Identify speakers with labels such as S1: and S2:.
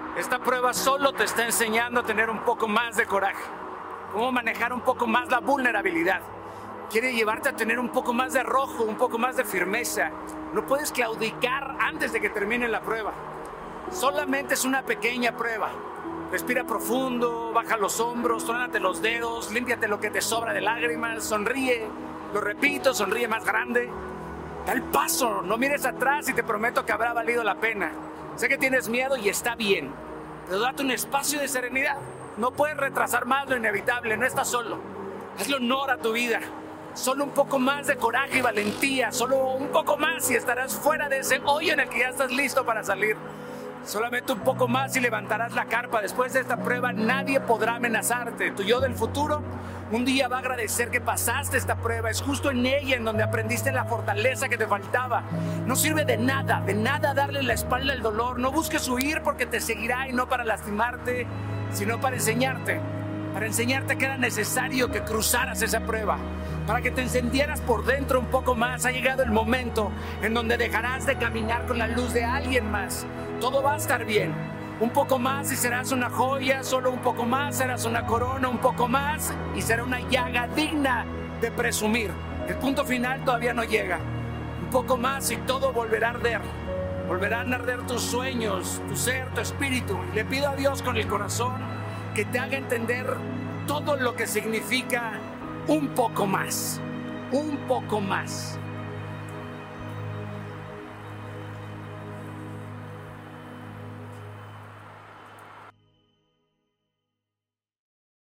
S1: Esta prueba solo te está enseñando a tener un poco más de coraje, cómo manejar un poco más la vulnerabilidad. Quiere llevarte a tener un poco más de arrojo, un poco más de firmeza. No puedes claudicar antes de que termine la prueba. Solamente es una pequeña prueba. Respira profundo, baja los hombros, trónate los dedos, límpiate lo que te sobra de lágrimas, sonríe. Lo repito, sonríe más grande. Da el paso, no mires atrás y te prometo que habrá valido la pena. Sé que tienes miedo y está bien, pero date un espacio de serenidad. No puedes retrasar más lo inevitable, no estás solo. Hazle honor a tu vida. Solo un poco más de coraje y valentía, solo un poco más y estarás fuera de ese hoyo en el que ya estás listo para salir. Solamente un poco más y levantarás la carpa. Después de esta prueba nadie podrá amenazarte. Tu yo del futuro un día va a agradecer que pasaste esta prueba. Es justo en ella en donde aprendiste la fortaleza que te faltaba. No sirve de nada darle la espalda al dolor. No busques huir porque te seguirá y no para lastimarte, sino para enseñarte. Para enseñarte que era necesario que cruzaras esa prueba, para que te encendieras por dentro un poco más. Ha llegado el momento en donde dejarás de caminar con la luz de alguien más. Todo va a estar bien. Un poco más y serás una joya, solo un poco más serás una corona, un poco más y será una llaga digna de presumir. El punto final todavía no llega. Un poco más y todo volverá a arder. Volverán a arder tus sueños, tu ser, tu espíritu. Y le pido a Dios con el corazón que te haga entender todo lo que significa un poco más. Un poco más.